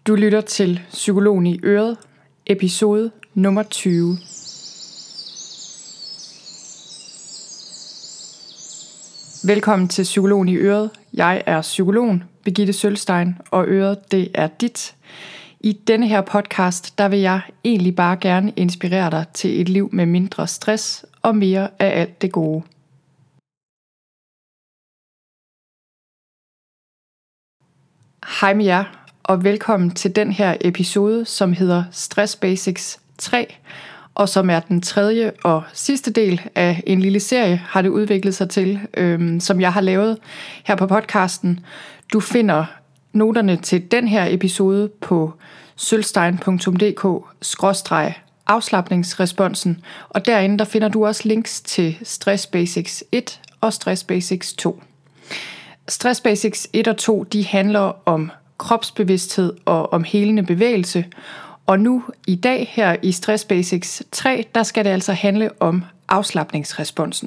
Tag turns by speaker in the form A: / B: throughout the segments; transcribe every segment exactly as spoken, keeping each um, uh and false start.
A: Du lytter til Psykologen i Øret, episode nummer tyve. Velkommen til Psykologen i Øret. Jeg er psykologen Birgitte Sølstein, og Øret, det er dit. I denne her podcast, der vil jeg egentlig bare gerne inspirere dig til et liv med mindre stress og mere af alt det gode. Hej med jer, og velkommen til den her episode, som hedder Stress Basics tre, og som er den tredje og sidste del af en lille serie, har det udviklet sig til, øhm, som jeg har lavet her på podcasten. Du finder noterne til den her episode på sølstein punktum d k skråstreg afslapningsresponsen, og derinde der finder du også links til Stress Basics et og Stress Basics to. Stress Basics et og to, de handler om kropsbevidsthed og om helende bevægelse, og nu i dag her i Stress Basics tre, der skal det altså handle om afslapningsresponsen.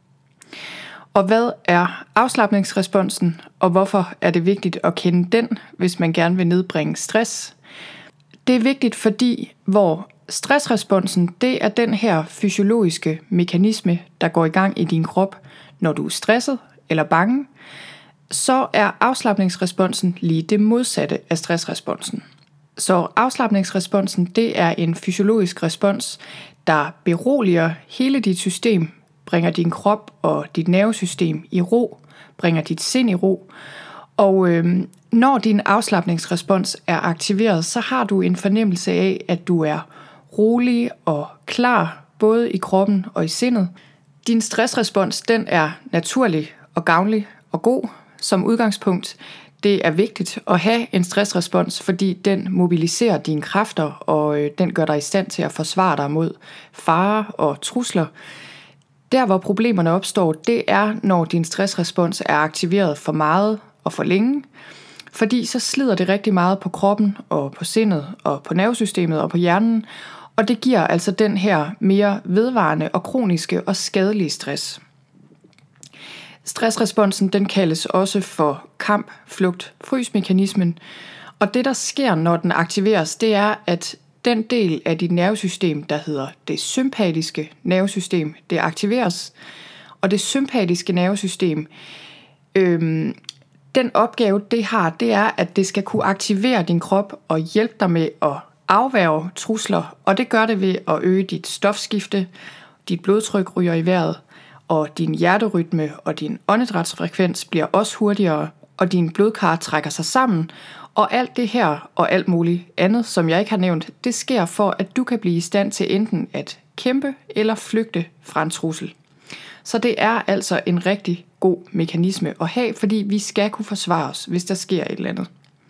A: Og hvad er afslapningsresponsen, og hvorfor er det vigtigt at kende den, hvis man gerne vil nedbringe stress? Det er vigtigt, fordi hvor stressresponsen, det er den her fysiologiske mekanisme, der går i gang i din krop, når du er stresset eller bange, så er afslapningsresponsen lige det modsatte af stressresponsen. Så afslapningsresponsen, det er en fysiologisk respons, der beroliger hele dit system, bringer din krop og dit nervesystem i ro, bringer dit sind i ro. Og øh, når din afslapningsrespons er aktiveret, så har du en fornemmelse af, at du er rolig og klar, både i kroppen og i sindet. Din stressrespons, den er naturlig og gavnlig og god som udgangspunkt. Det er vigtigt at have en stressrespons, fordi den mobiliserer dine kræfter, og øh, den gør dig i stand til at forsvare dig mod farer og trusler. Der hvor problemerne opstår, det er, når din stressrespons er aktiveret for meget og for længe, fordi så slider det rigtig meget på kroppen og på sindet og på nervesystemet og på hjernen, og det giver altså den her mere vedvarende og kroniske og skadelige stress. Stressresponsen, den kaldes også for kamp, flugt, frys-mekanismen, og det der sker, når den aktiveres, det er, at den del af dit nervesystem, der hedder det sympatiske nervesystem, det aktiveres, og det sympatiske nervesystem, øhm, den opgave, det har, det er, at det skal kunne aktivere din krop og hjælpe dig med at afværge trusler, og det gør det ved at øge dit stofskifte, dit blodtryk ryger i vejret, og din hjerterytme og din åndedrætsfrekvens bliver også hurtigere, og din blodkar trækker sig sammen, og alt det her og alt muligt andet, som jeg ikke har nævnt, det sker for, at du kan blive i stand til enten at kæmpe eller flygte fra en trussel. Så det er altså en rigtig god mekanisme at have, fordi vi skal kunne forsvare os, hvis der sker et eller andet.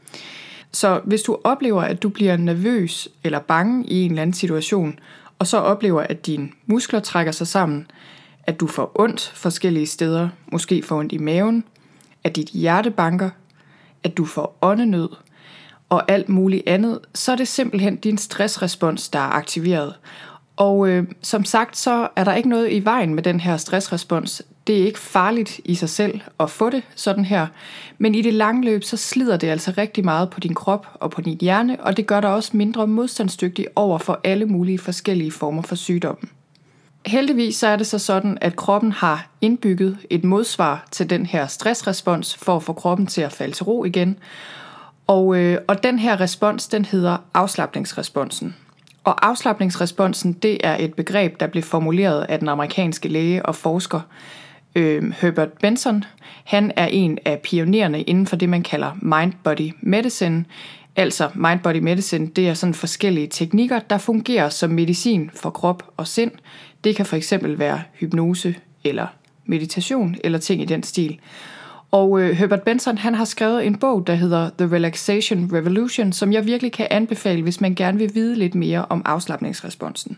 A: Så hvis du oplever, at du bliver nervøs eller bange i en eller anden situation, og så oplever, at dine muskler trækker sig sammen, at du får ondt forskellige steder, måske får ondt i maven, at dit hjerte banker, at du får åndenød og alt muligt andet, så er det simpelthen din stressrespons, der er aktiveret. Og øh, som sagt, så er der ikke noget i vejen med den her stressrespons. Det er ikke farligt i sig selv at få det sådan her, men i det lange løb, så slider det altså rigtig meget på din krop og på din hjerne, og det gør dig også mindre modstandsdygtig over for alle mulige forskellige former for sygdomme. Heldigvis så er det så sådan, at kroppen har indbygget et modsvar til den her stressrespons for at få kroppen til at falde til ro igen. Og, øh, og den her respons, den hedder afslapningsresponsen. Og afslapningsresponsen, det er et begreb, der blev formuleret af den amerikanske læge og forsker øh, Herbert Benson. Han er en af pionererne inden for det, man kalder mind-body medicine. Altså mind-body medicine, det er sådan forskellige teknikker, der fungerer som medicin for krop og sind. Det kan for eksempel være hypnose eller meditation eller ting i den stil. Og øh, Herbert Benson, han har skrevet en bog, der hedder The Relaxation Revolution, som jeg virkelig kan anbefale, hvis man gerne vil vide lidt mere om afslapningsresponsen.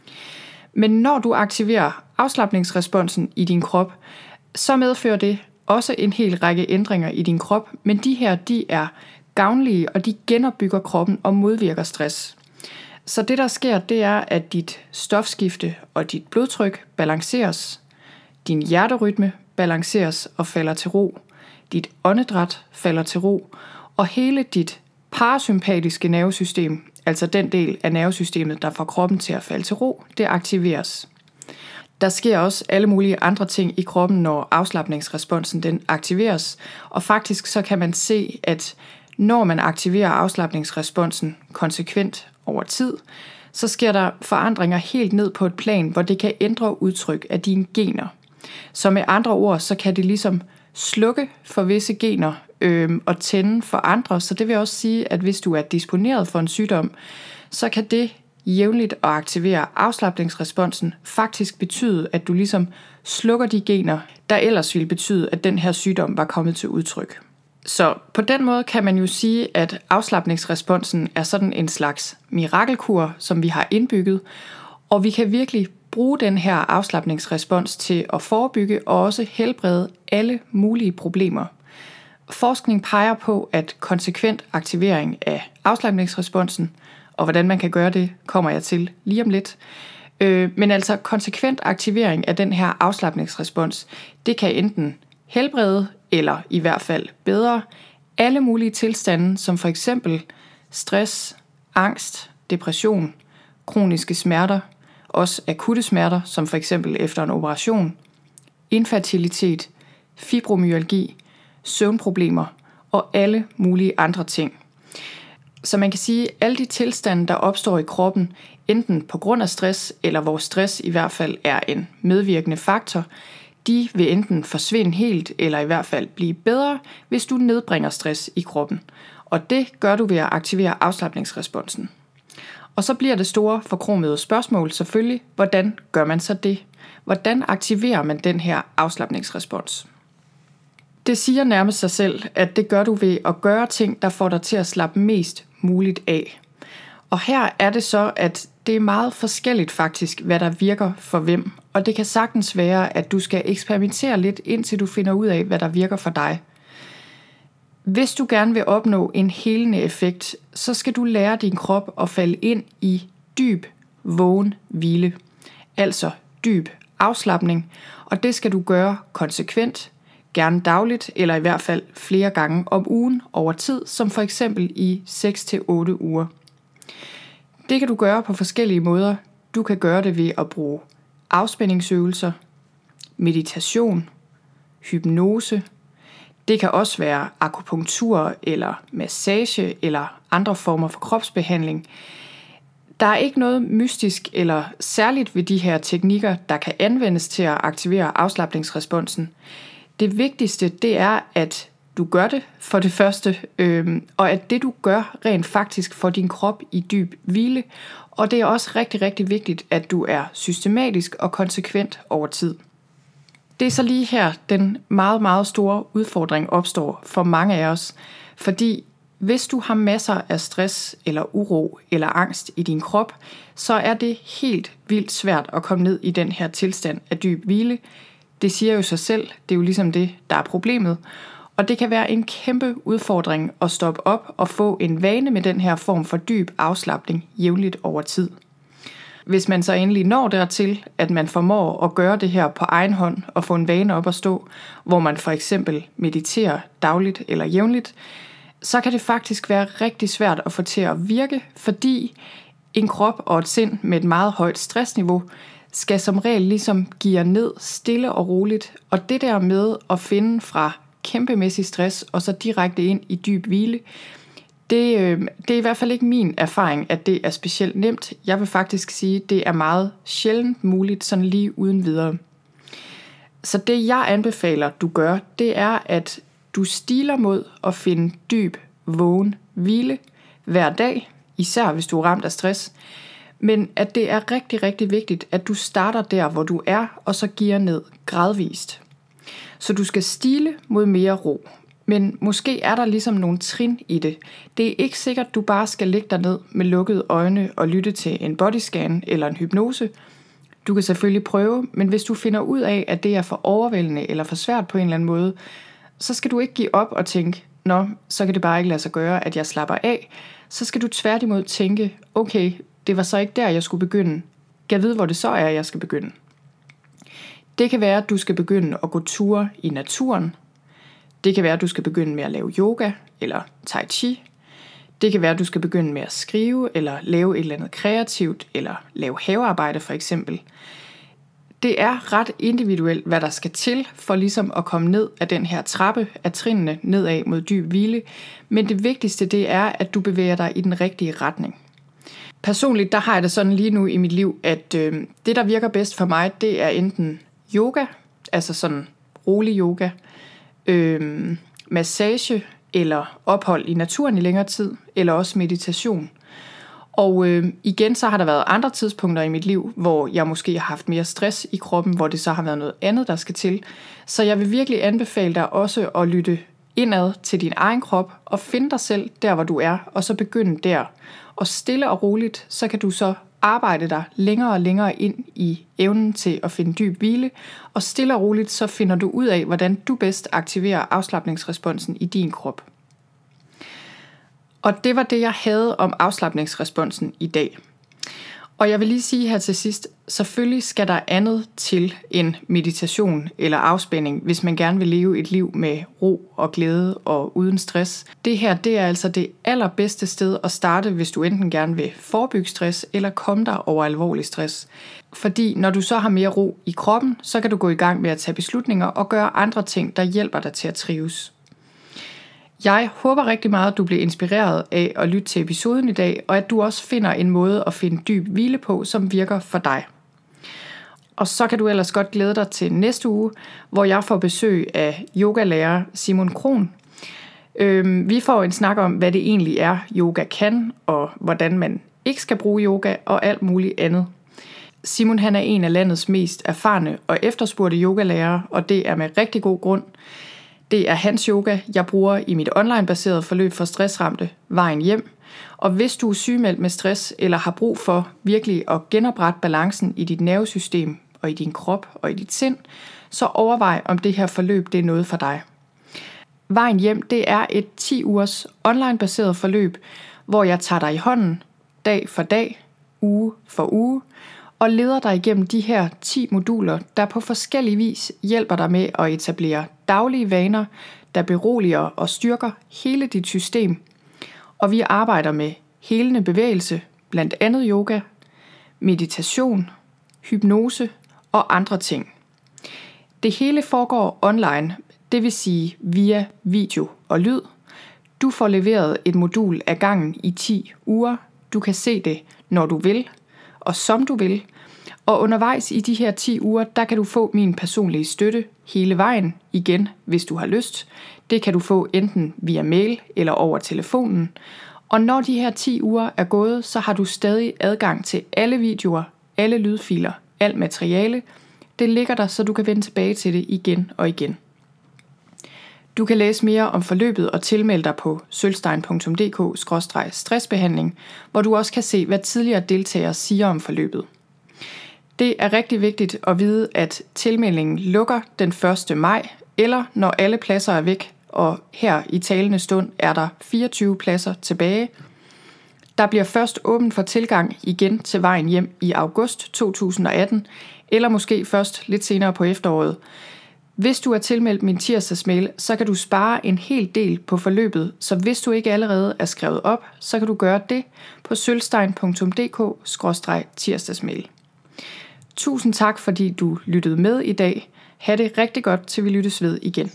A: Men når du aktiverer afslapningsresponsen i din krop, så medfører det også en hel række ændringer i din krop, men de her, de er gavnlige, og de genopbygger kroppen og modvirker stress. Så det der sker, det er, at dit stofskifte og dit blodtryk balanceres, din hjerterytme balanceres og falder til ro, dit åndedræt falder til ro, og hele dit parasympatiske nervesystem, altså den del af nervesystemet, der får kroppen til at falde til ro, det aktiveres. Der sker også alle mulige andre ting i kroppen, når afslapningsresponsen den aktiveres, og faktisk så kan man se, at når man aktiverer afslapningsresponsen konsekvent over tid, så sker der forandringer helt ned på et plan, hvor det kan ændre udtryk af dine gener. Så med andre ord, så kan det ligesom slukke for visse gener øh, og tænde for andre. Så det vil også sige, at hvis du er disponeret for en sygdom, så kan det jævnligt at aktivere afslapningsresponsen faktisk betyde, at du ligesom slukker de gener, der ellers ville betyde, at den her sygdom var kommet til udtryk. Så på den måde kan man jo sige, at afslapningsresponsen er sådan en slags mirakelkur, som vi har indbygget, og vi kan virkelig bruge den her afslapningsrespons til at forebygge og også helbrede alle mulige problemer. Forskning peger på, at konsekvent aktivering af afslapningsresponsen, og hvordan man kan gøre det, kommer jeg til lige om lidt. Men altså konsekvent aktivering af den her afslapningsrespons, det kan enten helbrede, eller i hvert fald bedre, alle mulige tilstande, som for eksempel stress, angst, depression, kroniske smerter, også akutte smerter, som for eksempel efter en operation, infertilitet, fibromyalgi, søvnproblemer og alle mulige andre ting. Så man kan sige, at alle de tilstande, der opstår i kroppen, enten på grund af stress, eller hvor stress i hvert fald er en medvirkende faktor, de vil enten forsvinde helt, eller i hvert fald blive bedre, hvis du nedbringer stress i kroppen. Og det gør du ved at aktivere afslapningsresponsen. Og så bliver det store forkromede spørgsmål selvfølgelig, hvordan gør man så det? Hvordan aktiverer man den her afslapningsrespons? Det siger nærmest sig selv, at det gør du ved at gøre ting, der får dig til at slappe mest muligt af. Og her er det så, at det er meget forskelligt faktisk, hvad der virker for hvem. Og det kan sagtens være, at du skal eksperimentere lidt, indtil du finder ud af, hvad der virker for dig. Hvis du gerne vil opnå en helende effekt, så skal du lære din krop at falde ind i dyb, vågen hvile. Altså dyb afslapning, og det skal du gøre konsekvent, gerne dagligt, eller i hvert fald flere gange om ugen over tid, som for eksempel i seks til otte uger. Det kan du gøre på forskellige måder. Du kan gøre det ved at bruge afspændingsøvelser, meditation, hypnose. Det kan også være akupunktur eller massage eller andre former for kropsbehandling. Der er ikke noget mystisk eller særligt ved de her teknikker, der kan anvendes til at aktivere afslapningsresponsen. Det vigtigste, det er, at du gør det for det første, øh, og at det du gør rent faktisk får din krop i dyb hvile. Og det er også rigtig, rigtig vigtigt, at du er systematisk og konsekvent over tid. Det er så lige her, den meget, meget store udfordring opstår for mange af os. Fordi hvis du har masser af stress eller uro eller angst i din krop, så er det helt vildt svært at komme ned i den her tilstand af dyb hvile. Det siger jo sig selv, det er jo ligesom det, der er problemet. Og det kan være en kæmpe udfordring at stoppe op og få en vane med den her form for dyb afslapning jævnligt over tid. Hvis man så endelig når dertil, at man formår at gøre det her på egen hånd og få en vane op at stå, hvor man for eksempel mediterer dagligt eller jævnligt, så kan det faktisk være rigtig svært at få til at virke, fordi en krop og et sind med et meget højt stressniveau skal som regel ligesom geare ned stille og roligt. Og det der med at finde fra kæmpemæssig stress og så direkte ind i dyb hvile, det, øh, det er i hvert fald ikke min erfaring, at det er specielt nemt. Jeg vil faktisk sige, at det er meget sjældent muligt sådan lige uden videre. Så det jeg anbefaler, du gør, det er, at du stiler mod at finde dyb, vågen hvile hver dag, især hvis du er ramt af stress. Men at det er rigtig, rigtig vigtigt, at du starter der, hvor du er, og så gearer ned gradvist. Så du skal stile mod mere ro. Men måske er der ligesom nogle trin i det. Det er ikke sikkert, at du bare skal ligge dig ned med lukkede øjne og lytte til en bodyscan eller en hypnose. Du kan selvfølgelig prøve, men hvis du finder ud af, at det er for overvældende eller for svært på en eller anden måde, så skal du ikke give op og tænke, nå, så kan det bare ikke lade sig gøre, at jeg slapper af. Så skal du tværtimod tænke, okay, det var så ikke der, jeg skulle begynde. Jeg ved, hvor det så er, jeg skal begynde. Det kan være, at du skal begynde at gå ture i naturen. Det kan være, at du skal begynde med at lave yoga eller tai chi. Det kan være, at du skal begynde med at skrive, eller lave et eller andet kreativt, eller lave havearbejde for eksempel. Det er ret individuelt, hvad der skal til for ligesom at komme ned af den her trappe af trinene nedad mod dyb hvile. Men det vigtigste det er, at du bevæger dig i den rigtige retning. Personligt der har jeg det sådan lige nu i mit liv, at øh, det der virker bedst for mig, det er enten yoga, altså sådan rolig yoga, øh, massage eller ophold i naturen i længere tid, eller også meditation. Og øh, igen så har der været andre tidspunkter i mit liv, hvor jeg måske har haft mere stress i kroppen, hvor det så har været noget andet, der skal til. Så jeg vil virkelig anbefale dig også at lytte indad til din egen krop og finde dig selv der, hvor du er, og så begynde der. Og stille og roligt, så kan du så arbejde dig længere og længere ind i evnen til at finde dyb hvile, og stille og roligt, så finder du ud af, hvordan du bedst aktiverer afslapningsresponsen i din krop. Og det var det, jeg havde om afslapningsresponsen i dag. Og jeg vil lige sige her til sidst, selvfølgelig skal der andet til end meditation eller afspænding, hvis man gerne vil leve et liv med ro og glæde og uden stress. Det her, det er altså det allerbedste sted at starte, hvis du enten gerne vil forebygge stress eller komme dig over alvorlig stress. Fordi når du så har mere ro i kroppen, så kan du gå i gang med at tage beslutninger og gøre andre ting, der hjælper dig til at trives. Jeg håber rigtig meget, at du bliver inspireret af at lytte til episoden i dag, og at du også finder en måde at finde dyb hvile på, som virker for dig. Og så kan du ellers godt glæde dig til næste uge, hvor jeg får besøg af yogalærer Simon Krohn. Øhm, vi får en snak om, hvad det egentlig er, yoga kan, og hvordan man ikke skal bruge yoga, og alt muligt andet. Simon han er en af landets mest erfarne og efterspurgte yogalærere, og det er med rigtig god grund. Det er hans yoga, jeg bruger i mit online-baserede forløb for stressramte, Vejen Hjem. Og hvis du er sygemeldt med stress, eller har brug for virkelig at genoprette balancen i dit nervesystem, og i din krop og i dit sind, så overvej, om det her forløb det er noget for dig. Vejen Hjem, det er et ti ugers online-baseret forløb, hvor jeg tager dig i hånden, dag for dag, uge for uge, og leder dig igennem de her ti moduler, der på forskellig vis hjælper dig med at etablere daglige vaner, der beroliger og styrker hele dit system. Og vi arbejder med helende bevægelse, blandt andet yoga, meditation, hypnose og andre ting. Det hele foregår online, det vil sige via video og lyd. Du får leveret et modul af gangen i ti uger. Du kan se det, når du vil, og som du vil. Og undervejs i de her ti uger, der kan du få min personlige støtte hele vejen igen, hvis du har lyst. Det kan du få enten via mail eller over telefonen. Og når de her ti uger er gået, så har du stadig adgang til alle videoer, alle lydfiler, alt materiale. Det ligger der, så du kan vende tilbage til det igen og igen. Du kan læse mere om forløbet og tilmelde dig på sølvstein punktum d k skråstreg stressbehandling, hvor du også kan se, hvad tidligere deltagere siger om forløbet. Det er rigtig vigtigt at vide, at tilmeldingen lukker den første maj, eller når alle pladser er væk, og her i talende stund er der fireogtyve pladser tilbage. Der bliver først åbent for tilgang igen til Vejen Hjem i august to tusind og atten, eller måske først lidt senere på efteråret. Hvis du er tilmeldt min tirsdagsmail, så kan du spare en hel del på forløbet, så hvis du ikke allerede er skrevet op, så kan du gøre det på sølvstein punktum d k skråstreg tirsdagsmail. Tusind tak, fordi du lyttede med i dag. Ha' det rigtig godt, til vi lyttes ved igen.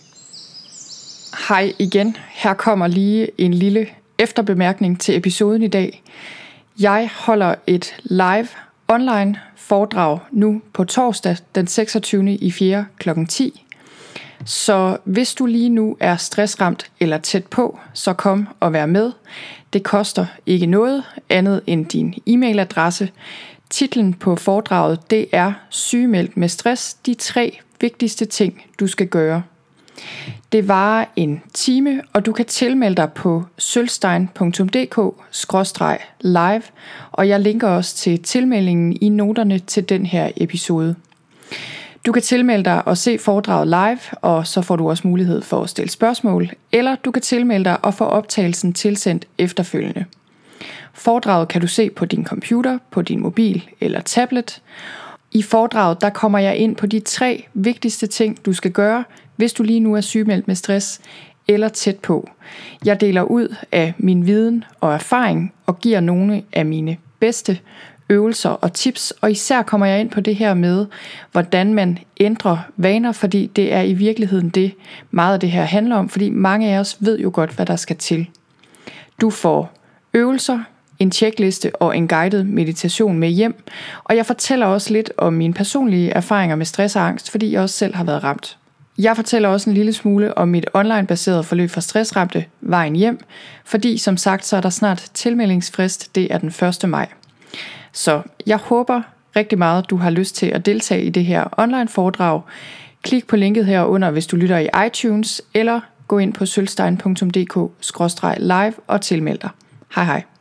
A: Hej igen. Her kommer lige en lille efterbemærkning til episoden i dag. Jeg holder et live online foredrag nu på torsdag den seksogtyvende i fjerde klokken ti. Så hvis du lige nu er stressramt eller tæt på, så kom og vær med. Det koster ikke noget andet end din e-mailadresse. Titlen på foredraget, det er Sygemeldt med stress, de tre vigtigste ting, du skal gøre. Det varer en time, og du kan tilmelde dig på sølvstein punktum d k skråstreg live, og jeg linker også til tilmeldingen i noterne til den her episode. Du kan tilmelde dig og se foredraget live, og så får du også mulighed for at stille spørgsmål, eller du kan tilmelde dig og få optagelsen tilsendt efterfølgende. Foredraget kan du se på din computer, på din mobil eller tablet. I foredraget der kommer jeg ind på de tre vigtigste ting, du skal gøre, hvis du lige nu er sygemeldt med stress, eller tæt på. Jeg deler ud af min viden og erfaring og giver nogle af mine bedste øvelser og tips, og især kommer jeg ind på det her med, hvordan man ændrer vaner, fordi det er i virkeligheden det, meget af det her handler om, fordi mange af os ved jo godt, hvad der skal til. Du får øvelser, en checkliste og en guided meditation med hjem, og jeg fortæller også lidt om mine personlige erfaringer med stress og angst, fordi jeg også selv har været ramt. Jeg fortæller også en lille smule om mit online-baseret forløb for stressramte Vejen Hjem, fordi som sagt, så er der snart tilmeldingsfrist, det er den første maj. Så jeg håber rigtig meget, du har lyst til at deltage i det her online foredrag. Klik på linket herunder, hvis du lytter i iTunes, eller gå ind på sølvstein punktum d k skråstreg live og tilmeld dig. Hej hej.